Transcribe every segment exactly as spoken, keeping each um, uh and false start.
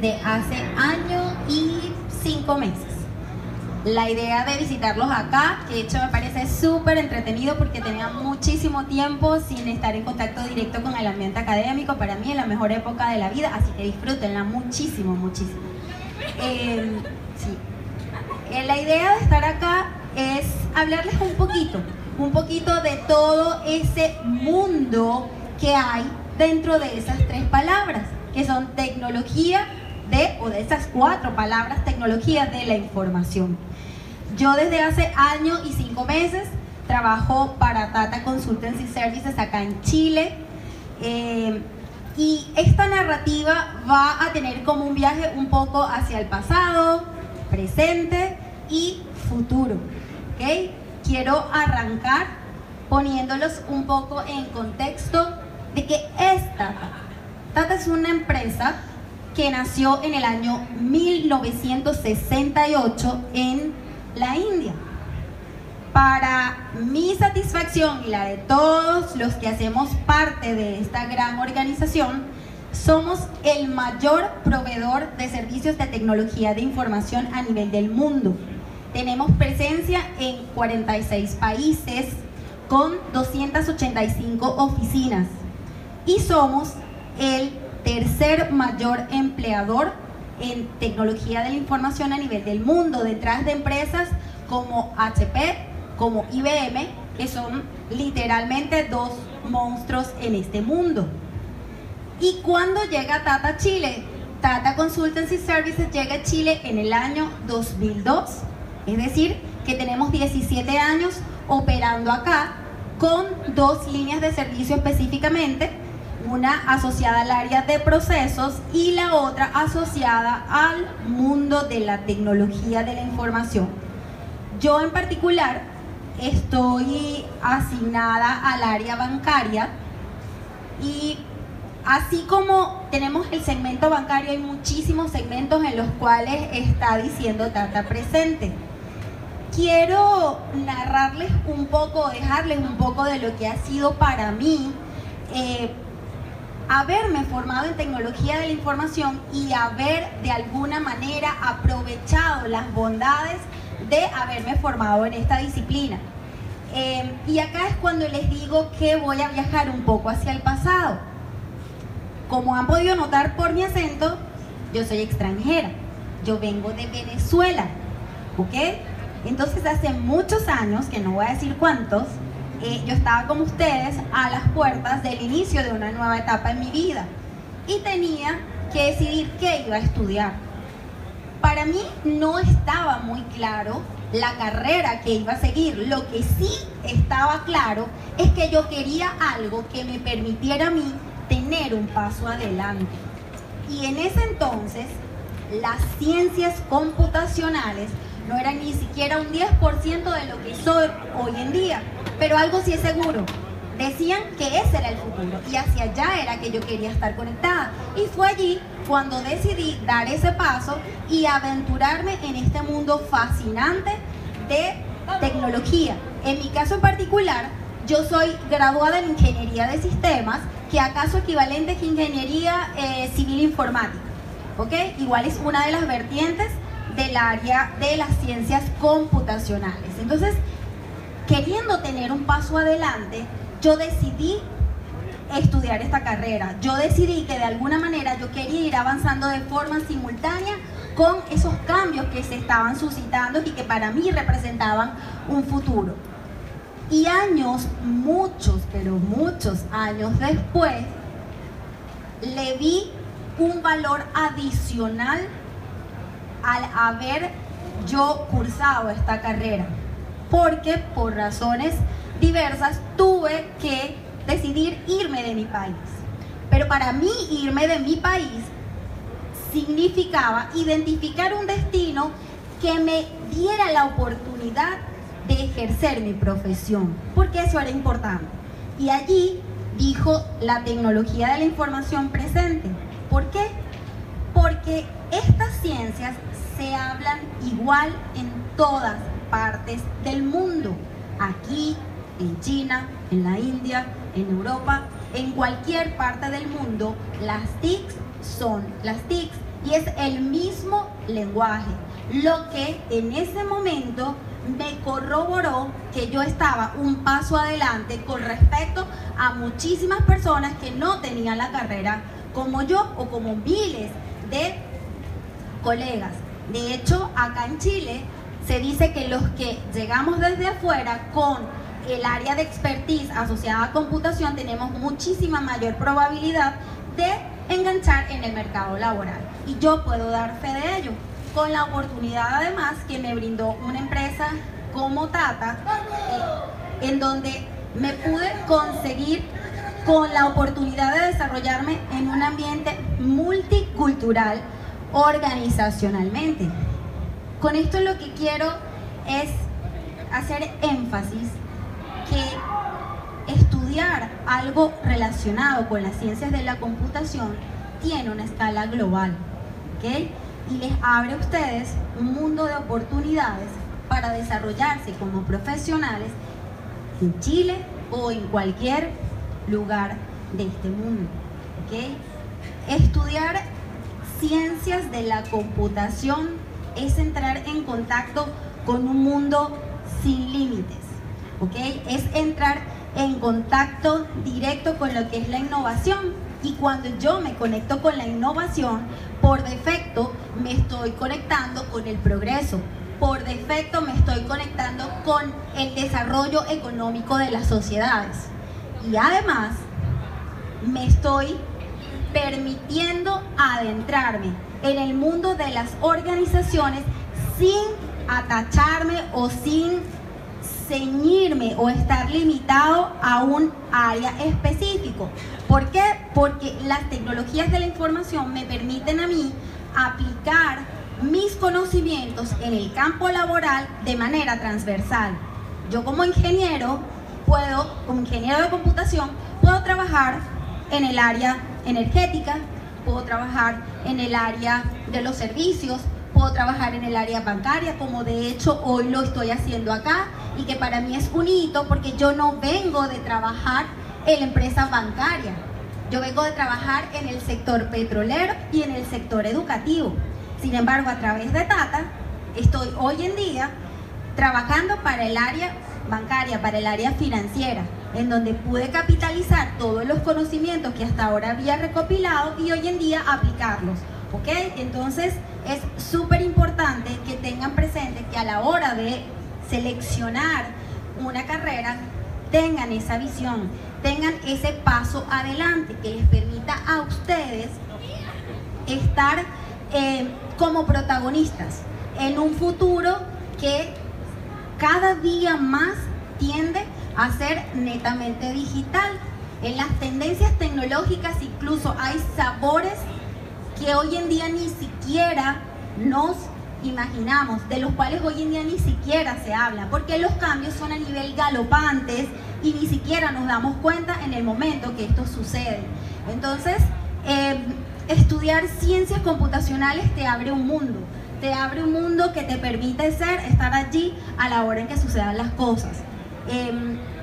desde hace año y cinco meses. La idea de visitarlos acá, que de hecho me parece súper entretenido porque tenía muchísimo tiempo sin estar en contacto directo con el ambiente académico, para mí es la mejor época de la vida, así que disfrútenla muchísimo, muchísimo. Eh, sí. eh, la idea de estar acá es hablarles un poquito, un poquito de todo ese mundo que hay dentro de esas tres palabras, que son tecnología de, o de esas cuatro palabras, tecnología de la información. Yo desde hace año y cinco meses trabajo para Tata Consultancy Services acá en Chile, eh, y esta narrativa va a tener como un viaje un poco hacia el pasado, presente y futuro, ¿ok? Quiero arrancar poniéndolos un poco en contexto de que es Tata. Tata es una empresa que nació en el año mil novecientos sesenta y ocho en la India. Para mi satisfacción y la de todos los que hacemos parte de esta gran organización, somos el mayor proveedor de servicios de tecnología de información a nivel del mundo. Tenemos presencia en cuarenta y seis países con doscientas ochenta y cinco oficinas y somos el tercer mayor empleador en tecnología de la información a nivel del mundo, detrás de empresas como H P, como I B M, que son literalmente dos monstruos en este mundo. ¿Y cuándo llega Tata a Chile? Tata Consultancy Services llega a Chile en el año dos mil dos, es decir, que tenemos diecisiete años operando acá con dos líneas de servicio específicamente, una asociada al área de procesos y la otra asociada al mundo de la tecnología de la información. Yo en particular estoy asignada al área bancaria y así como tenemos el segmento bancario, hay muchísimos segmentos en los cuales está diciendo Tata presente. Quiero narrarles un poco, dejarles un poco de lo que ha sido para mí eh, haberme formado en tecnología de la información y haber de alguna manera aprovechado las bondades de haberme formado en esta disciplina. Eh, y acá es cuando les digo que voy a viajar un poco hacia el pasado. Como han podido notar por mi acento, yo soy extranjera, yo vengo de Venezuela, ¿ok? Entonces hace muchos años, que no voy a decir cuántos, Eh, yo estaba como ustedes a las puertas del inicio de una nueva etapa en mi vida y tenía que decidir qué iba a estudiar. Para mí no estaba muy claro la carrera que iba a seguir. Lo que sí estaba claro es que yo quería algo que me permitiera a mí tener un paso adelante. Y en ese entonces las ciencias computacionales no era ni siquiera un diez por ciento de lo que soy hoy en día, pero algo sí es seguro, decían que ese era el futuro y hacia allá era que yo quería estar conectada, y fue allí cuando decidí dar ese paso y aventurarme en este mundo fascinante de tecnología. En mi caso en particular, yo soy graduada en Ingeniería de Sistemas, que acaso equivalente es Ingeniería eh, Civil Informática, ¿ok? Igual es una de las vertientes del área de las ciencias computacionales. Entonces, queriendo tener un paso adelante, yo decidí estudiar esta carrera. Yo decidí que de alguna manera yo quería ir avanzando de forma simultánea con esos cambios que se estaban suscitando y que para mí representaban un futuro. Y años, muchos, pero muchos años después, le vi un valor adicional al haber yo cursado esta carrera, porque por razones diversas tuve que decidir irme de mi país. Pero para mí irme de mi país significaba identificar un destino que me diera la oportunidad de ejercer mi profesión, porque eso era importante. Y allí dijo la tecnología de la información presente. ¿Por qué? Porque estas ciencias se hablan igual en todas partes del mundo, aquí, en China, en la India, en Europa, en cualquier parte del mundo. Las T I Cs son las T I Cs y es el mismo lenguaje, lo que en ese momento me corroboró que yo estaba un paso adelante con respecto a muchísimas personas que no tenían la carrera como yo o como miles de colegas. De hecho, acá en Chile se dice que los que llegamos desde afuera con el área de expertise asociada a computación tenemos muchísima mayor probabilidad de enganchar en el mercado laboral. Y yo puedo dar fe de ello, con la oportunidad además que me brindó una empresa como Tata, eh, en donde me pude conseguir con la oportunidad de desarrollarme en un ambiente multicultural organizacionalmente. Con esto lo que quiero es hacer énfasis que estudiar algo relacionado con las ciencias de la computación tiene una escala global, ¿ok? Y les abre a ustedes un mundo de oportunidades para desarrollarse como profesionales en Chile o en cualquier lugar de este mundo, ¿ok? Estudiar ciencias de la computación es entrar en contacto con un mundo sin límites, ¿ok? Es entrar en contacto directo con lo que es la innovación, y cuando yo me conecto con la innovación, por defecto me estoy conectando con el progreso, por defecto me estoy conectando con el desarrollo económico de las sociedades, y además me estoy permitiendo adentrarme en el mundo de las organizaciones sin atacharme o sin ceñirme o estar limitado a un área específico. ¿Por qué? Porque las tecnologías de la información me permiten a mí aplicar mis conocimientos en el campo laboral de manera transversal. Yo como ingeniero puedo, como ingeniero de computación, puedo trabajar en el área energética, puedo trabajar en el área de los servicios, puedo trabajar en el área bancaria, como de hecho hoy lo estoy haciendo acá, y que para mí es un hito porque yo no vengo de trabajar en la empresa bancaria, yo vengo de trabajar en el sector petrolero y en el sector educativo. Sin embargo, a través de Tata estoy hoy en día trabajando para el área bancaria, para el área financiera, en donde pude capitalizar todos los conocimientos que hasta ahora había recopilado y hoy en día aplicarlos, ¿ok? Entonces es súper importante que tengan presente que a la hora de seleccionar una carrera tengan esa visión, tengan ese paso adelante que les permita a ustedes estar eh, como protagonistas en un futuro que cada día más tiende a ser netamente digital. En las tendencias tecnológicas incluso hay sabores que hoy en día ni siquiera nos imaginamos, de los cuales hoy en día ni siquiera se habla, porque los cambios son a nivel galopantes y ni siquiera nos damos cuenta en el momento que esto sucede. Entonces, eh, estudiar ciencias computacionales te abre un mundo, te abre un mundo que te permite ser, estar allí a la hora en que sucedan las cosas. Eh,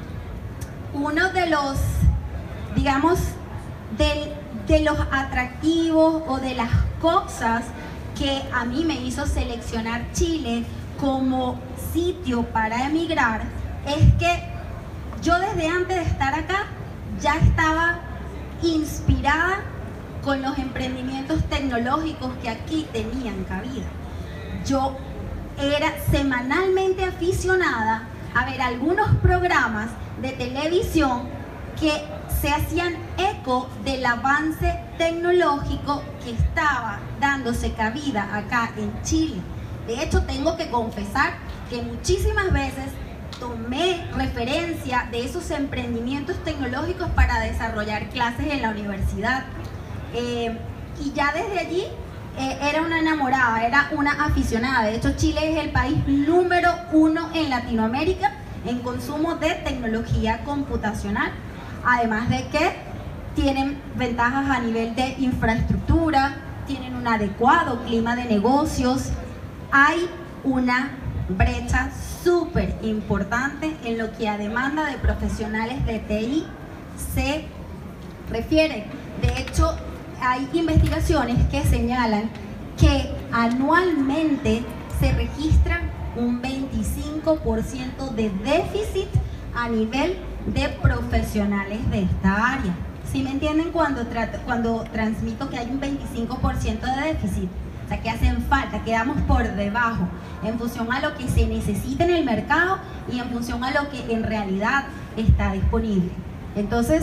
uno de los, digamos, de, de los atractivos o de las cosas que a mí me hizo seleccionar Chile como sitio para emigrar es que yo desde antes de estar acá ya estaba inspirada con los emprendimientos tecnológicos que aquí tenían cabida. Yo era semanalmente aficionada a ver algunos programas de televisión que se hacían eco del avance tecnológico que estaba dándose cabida acá en Chile. De hecho, tengo que confesar que muchísimas veces tomé referencia de esos emprendimientos tecnológicos para desarrollar clases en la universidad. Eh, y ya desde allí eh, era una enamorada, era una aficionada. De hecho, Chile es el país número uno en Latinoamérica en consumo de tecnología computacional. Además de que tienen ventajas a nivel de infraestructura, tienen un adecuado clima de negocios, hay una brecha súper importante en lo que a demanda de profesionales de T I se refiere. De hecho, hay investigaciones que señalan que anualmente se registra un veinticinco por ciento de déficit a nivel de profesionales de esta área. ¿Sí me entienden cuando, trato, cuando transmito que hay un veinticinco por ciento de déficit? O sea, que hacen falta, quedamos por debajo en función a lo que se necesita en el mercado y en función a lo que en realidad está disponible. Entonces,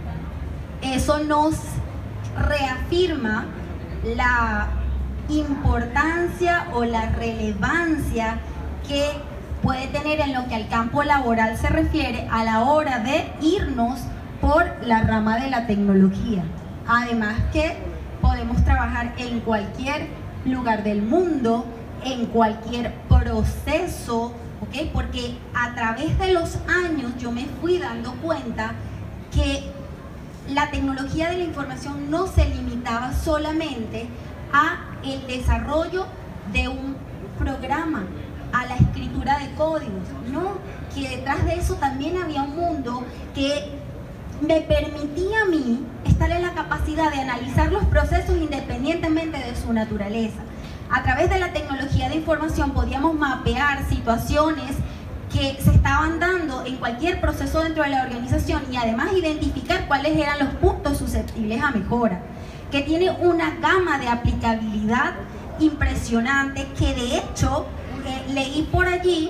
eso nos reafirma la importancia o la relevancia que puede tener en lo que al campo laboral se refiere a la hora de irnos por la rama de la tecnología. Además que podemos trabajar en cualquier lugar del mundo, en cualquier proceso, ¿ok? Porque a través de los años yo me fui dando cuenta que la tecnología de la información no se limitaba solamente a el desarrollo de un programa, a la escritura de códigos, no, que detrás de eso también había un mundo que me permitía a mí estar en la capacidad de analizar los procesos independientemente de su naturaleza. A través de la tecnología de información podíamos mapear situaciones que se estaban dando en cualquier proceso dentro de la organización y además identificar cuáles eran los puntos susceptibles a mejora, que tiene una gama de aplicabilidad impresionante, que de hecho eh, leí por allí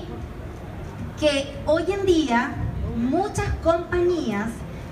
que hoy en día muchas compañías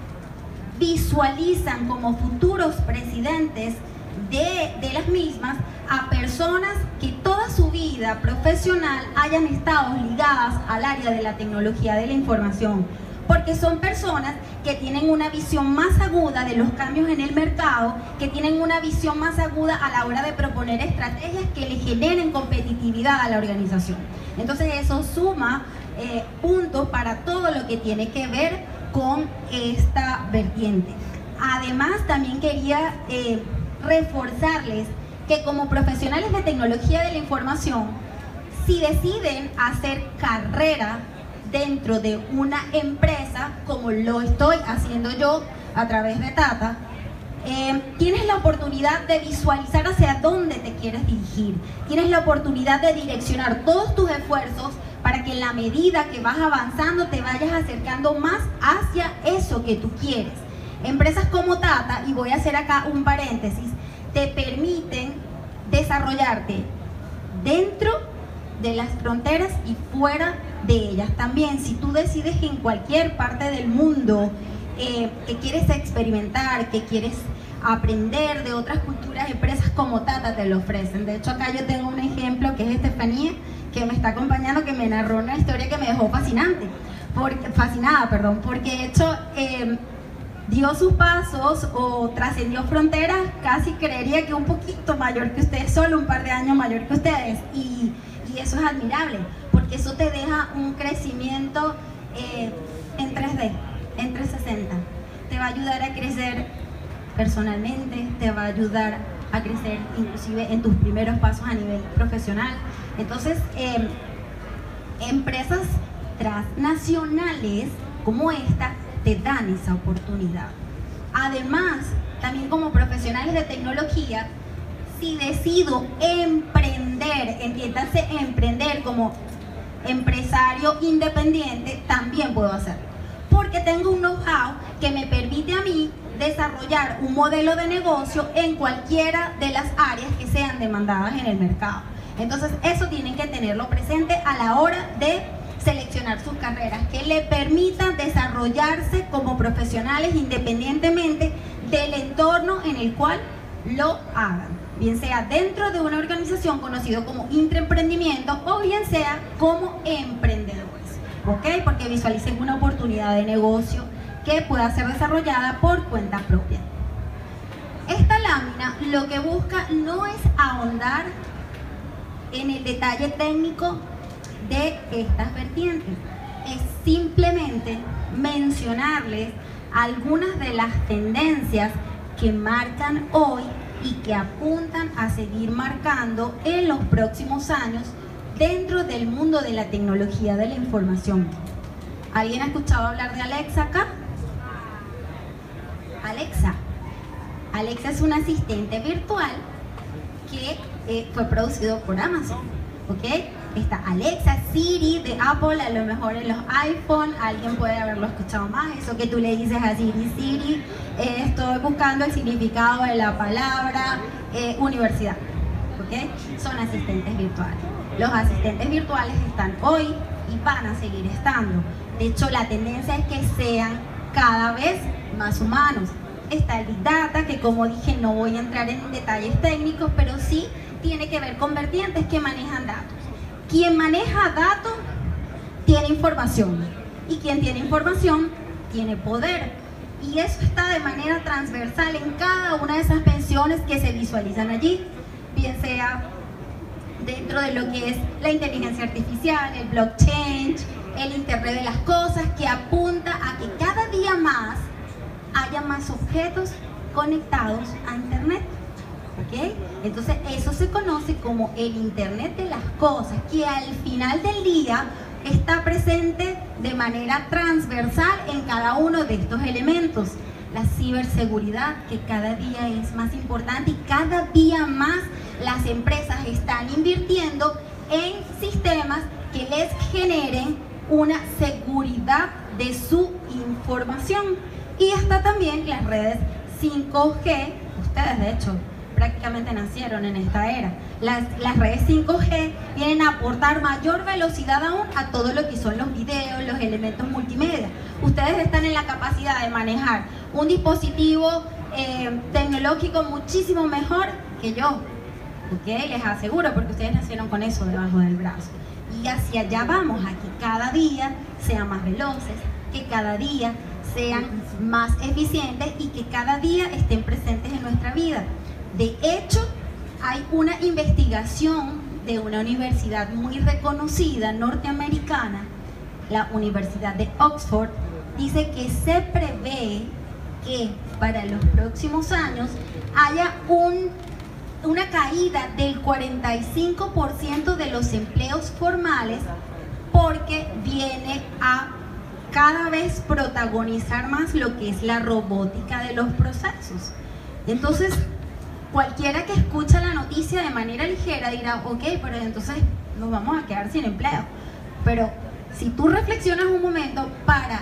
visualizan como futuros presidentes de, de las mismas a personas que toda su vida profesional hayan estado ligadas al área de la tecnología de la información, porque son personas que tienen una visión más aguda de los cambios en el mercado, que tienen una visión más aguda a la hora de proponer estrategias que le generen competitividad a la organización. Entonces eso suma eh, puntos para todo lo que tiene que ver con esta vertiente. Además, también quería eh, reforzarles que como profesionales de tecnología de la información, si deciden hacer carrera dentro de una empresa, como lo estoy haciendo yo a través de Tata, eh, tienes la oportunidad de visualizar hacia dónde te quieres dirigir, tienes la oportunidad de direccionar todos tus esfuerzos para que en la medida que vas avanzando te vayas acercando más hacia eso que tú quieres. Empresas como Tata, y voy a hacer acá un paréntesis, te permiten desarrollarte dentro de las fronteras y fuera de ellas también. Si tú decides que en cualquier parte del mundo eh, que quieres experimentar, que quieres aprender de otras culturas, empresas como Tata te lo ofrecen. De hecho, acá yo tengo un ejemplo que es Estefanía, que me está acompañando, que me narró una historia que me dejó fascinante, porque, fascinada, perdón, porque de hecho eh, dio sus pasos o trascendió fronteras, casi creería que un poquito mayor que ustedes, solo un par de años mayor que ustedes, y, y eso es admirable, porque eso te deja un crecimiento eh, en tres D, en trescientos sesenta, te va a ayudar a crecer personalmente, te va a ayudar a crecer inclusive en tus primeros pasos a nivel profesional. Entonces, eh, empresas transnacionales como esta te dan esa oportunidad. Además, también como profesionales de tecnología, si decido emprender, entiéndase emprender como empresario independiente, también puedo hacerlo, porque tengo un know-how que me permite a mí desarrollar un modelo de negocio en cualquiera de las áreas que sean demandadas en el mercado. Entonces, eso tienen que tenerlo presente a la hora de seleccionar sus carreras, que le permitan desarrollarse como profesionales independientemente del entorno en el cual lo hagan, bien sea dentro de una organización conocido como intraemprendimiento o bien sea como emprendedores, ¿ok? Porque visualicen una oportunidad de negocio que pueda ser desarrollada por cuenta propia. Esta lámina lo que busca no es ahondar en el detalle técnico de estas vertientes, es simplemente mencionarles algunas de las tendencias que marcan hoy y que apuntan a seguir marcando en los próximos años dentro del mundo de la tecnología de la información. ¿Alguien ha escuchado hablar de Alexa acá? Alexa. Alexa es un asistente virtual que eh, fue producido por Amazon, ¿ok? Está Alexa, Siri de Apple, a lo mejor en los iPhone, alguien puede haberlo escuchado más, eso que tú le dices a Siri, Siri, eh, estoy buscando el significado de la palabra eh, universidad, ¿ok? Son asistentes virtuales. Los asistentes virtuales están hoy y van a seguir estando. De hecho, la tendencia es que sean cada vez más humanos. Está el Big Data, que como dije no voy a entrar en detalles técnicos, pero sí tiene que ver con vertientes que manejan datos. Quien maneja datos tiene información y quien tiene información tiene poder. Y eso está de manera transversal en cada una de esas pensiones que se visualizan allí, bien sea dentro de lo que es la inteligencia artificial, el blockchain, el Internet de las cosas, que apunta a que cada día más haya más objetos conectados a Internet. ¿Okay? Entonces eso se conoce como el Internet de las cosas, que al final del día está presente de manera transversal en cada uno de estos elementos. La ciberseguridad, que cada día es más importante y cada día más las empresas están invirtiendo en sistemas que les generen una seguridad de su información. Y está también las redes cinco G, ustedes de hecho prácticamente nacieron en esta era. Las, las redes cinco G vienen a aportar mayor velocidad aún a todo lo que son los videos, los elementos multimedia. Ustedes están en la capacidad de manejar un dispositivo eh, tecnológico muchísimo mejor que yo, ¿ok? Les aseguro, porque ustedes nacieron con eso debajo del brazo. Y hacia allá vamos, a que cada día sean más veloces, que cada día sean más eficientes y que cada día estén presentes en nuestra vida. De hecho, hay una investigación de una universidad muy reconocida norteamericana, la Universidad de Oxford, dice que se prevé que para los próximos años haya un, una caída del cuarenta y cinco por ciento de los empleos formales, porque viene a cada vez protagonizar más lo que es la robótica de los procesos. Entonces, cualquiera que escucha la noticia de manera ligera dirá, ok, pero entonces nos vamos a quedar sin empleo. Pero si tú reflexionas un momento, para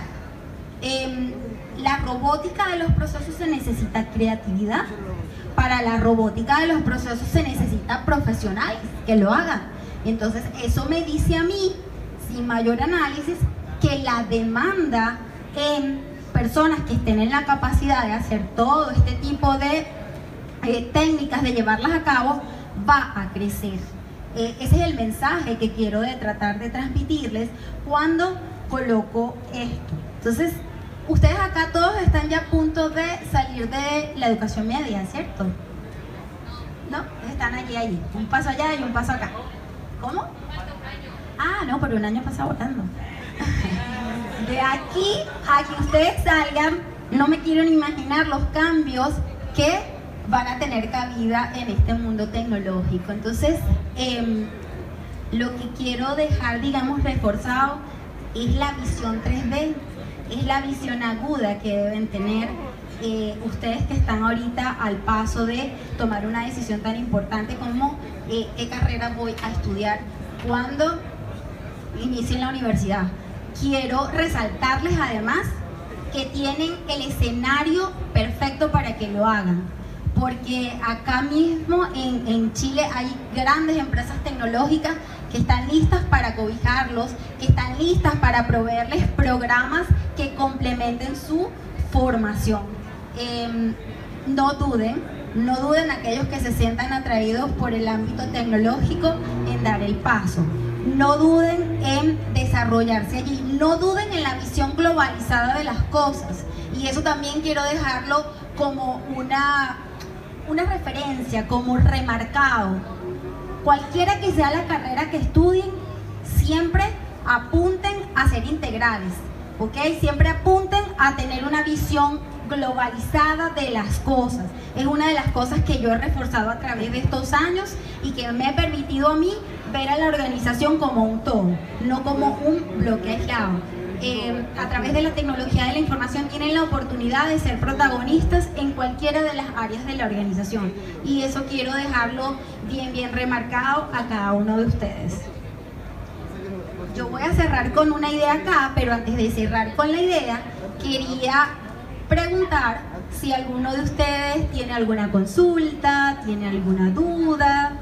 eh, la robótica de los procesos se necesita creatividad, para la robótica de los procesos se necesita profesionales que lo hagan. Entonces eso me dice a mí, sin mayor análisis, que la demanda en personas que estén en la capacidad de hacer todo este tipo de eh, técnicas, de llevarlas a cabo, va a crecer. Eh, ese es el mensaje que quiero de tratar de transmitirles cuando coloco esto. Entonces, ustedes acá todos están ya a punto de salir de la educación media, ¿cierto? ¿No? Están allí, allí. Un paso allá y un paso acá. ¿Cómo? Ah, no, pero un año pasado votando. De aquí a que ustedes salgan, no me quiero ni imaginar los cambios que van a tener cabida en este mundo tecnológico. Entonces, eh, lo que quiero dejar, digamos, reforzado es la visión tres D, es la visión aguda que deben tener eh, ustedes que están ahorita al paso de tomar una decisión tan importante como eh, qué carrera voy a estudiar cuando inicie en la universidad. Quiero resaltarles además que tienen el escenario perfecto para que lo hagan, porque acá mismo en, en Chile hay grandes empresas tecnológicas que están listas para cobijarlos, que están listas para proveerles programas que complementen su formación. Eh, no duden, no duden aquellos que se sientan atraídos por el ámbito tecnológico en dar el paso. No duden en desarrollarse allí, no duden en la visión globalizada de las cosas. Y eso también quiero dejarlo como una, una referencia, como remarcado. Cualquiera que sea la carrera que estudien, siempre apunten a ser integrales, ¿ok? Siempre apunten a tener una visión globalizada de las cosas. Es una de las cosas que yo he reforzado a través de estos años y que me ha permitido a mí ver a la organización como un todo, no como un bloque aislado. Eh, a través de la tecnología de la información tienen la oportunidad de ser protagonistas en cualquiera de las áreas de la organización, y eso quiero dejarlo bien, bien remarcado a cada uno de ustedes. Yo voy a cerrar con una idea acá, pero antes de cerrar con la idea, quería preguntar si alguno de ustedes tiene alguna consulta, tiene alguna duda.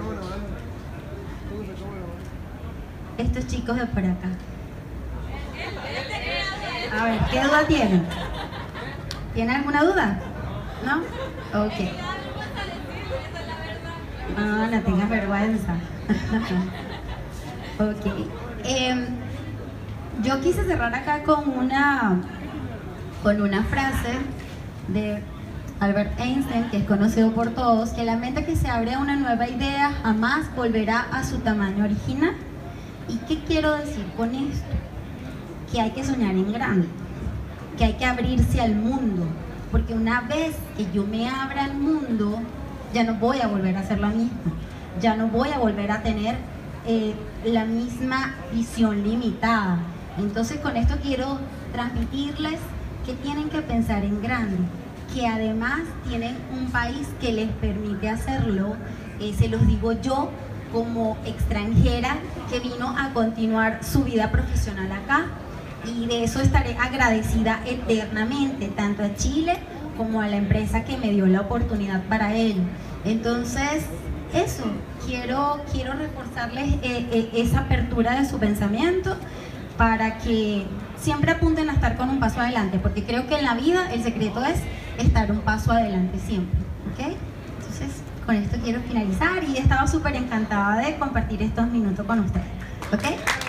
Estos chicos de por acá. A ver, ¿qué duda tienen? ¿Tienen alguna duda? ¿No? Ok. Ah, no tengas vergüenza. Ok. Eh, yo quise cerrar acá con una, con una frase de Albert Einstein, que es conocido por todos, que la mente que se abre a una nueva idea jamás volverá a su tamaño original. ¿Y qué quiero decir con esto? Que hay que soñar en grande, que hay que abrirse al mundo, porque una vez que yo me abra al mundo, ya no voy a volver a hacer lo mismo, ya no voy a volver a tener eh, la misma visión limitada. Entonces con esto quiero transmitirles que tienen que pensar en grande, que además tienen un país que les permite hacerlo. Eh, se los digo yo como extranjera que vino a continuar su vida profesional acá, y de eso estaré agradecida eternamente, tanto a Chile como a la empresa que me dio la oportunidad para ello. Entonces, eso, quiero, quiero reforzarles eh, eh, esa apertura de su pensamiento para que siempre apunten a estar con un paso adelante, porque creo que en la vida el secreto es estar un paso adelante siempre, ¿ok? Entonces, con esto quiero finalizar y he estado súper encantada de compartir estos minutos con ustedes, ¿ok?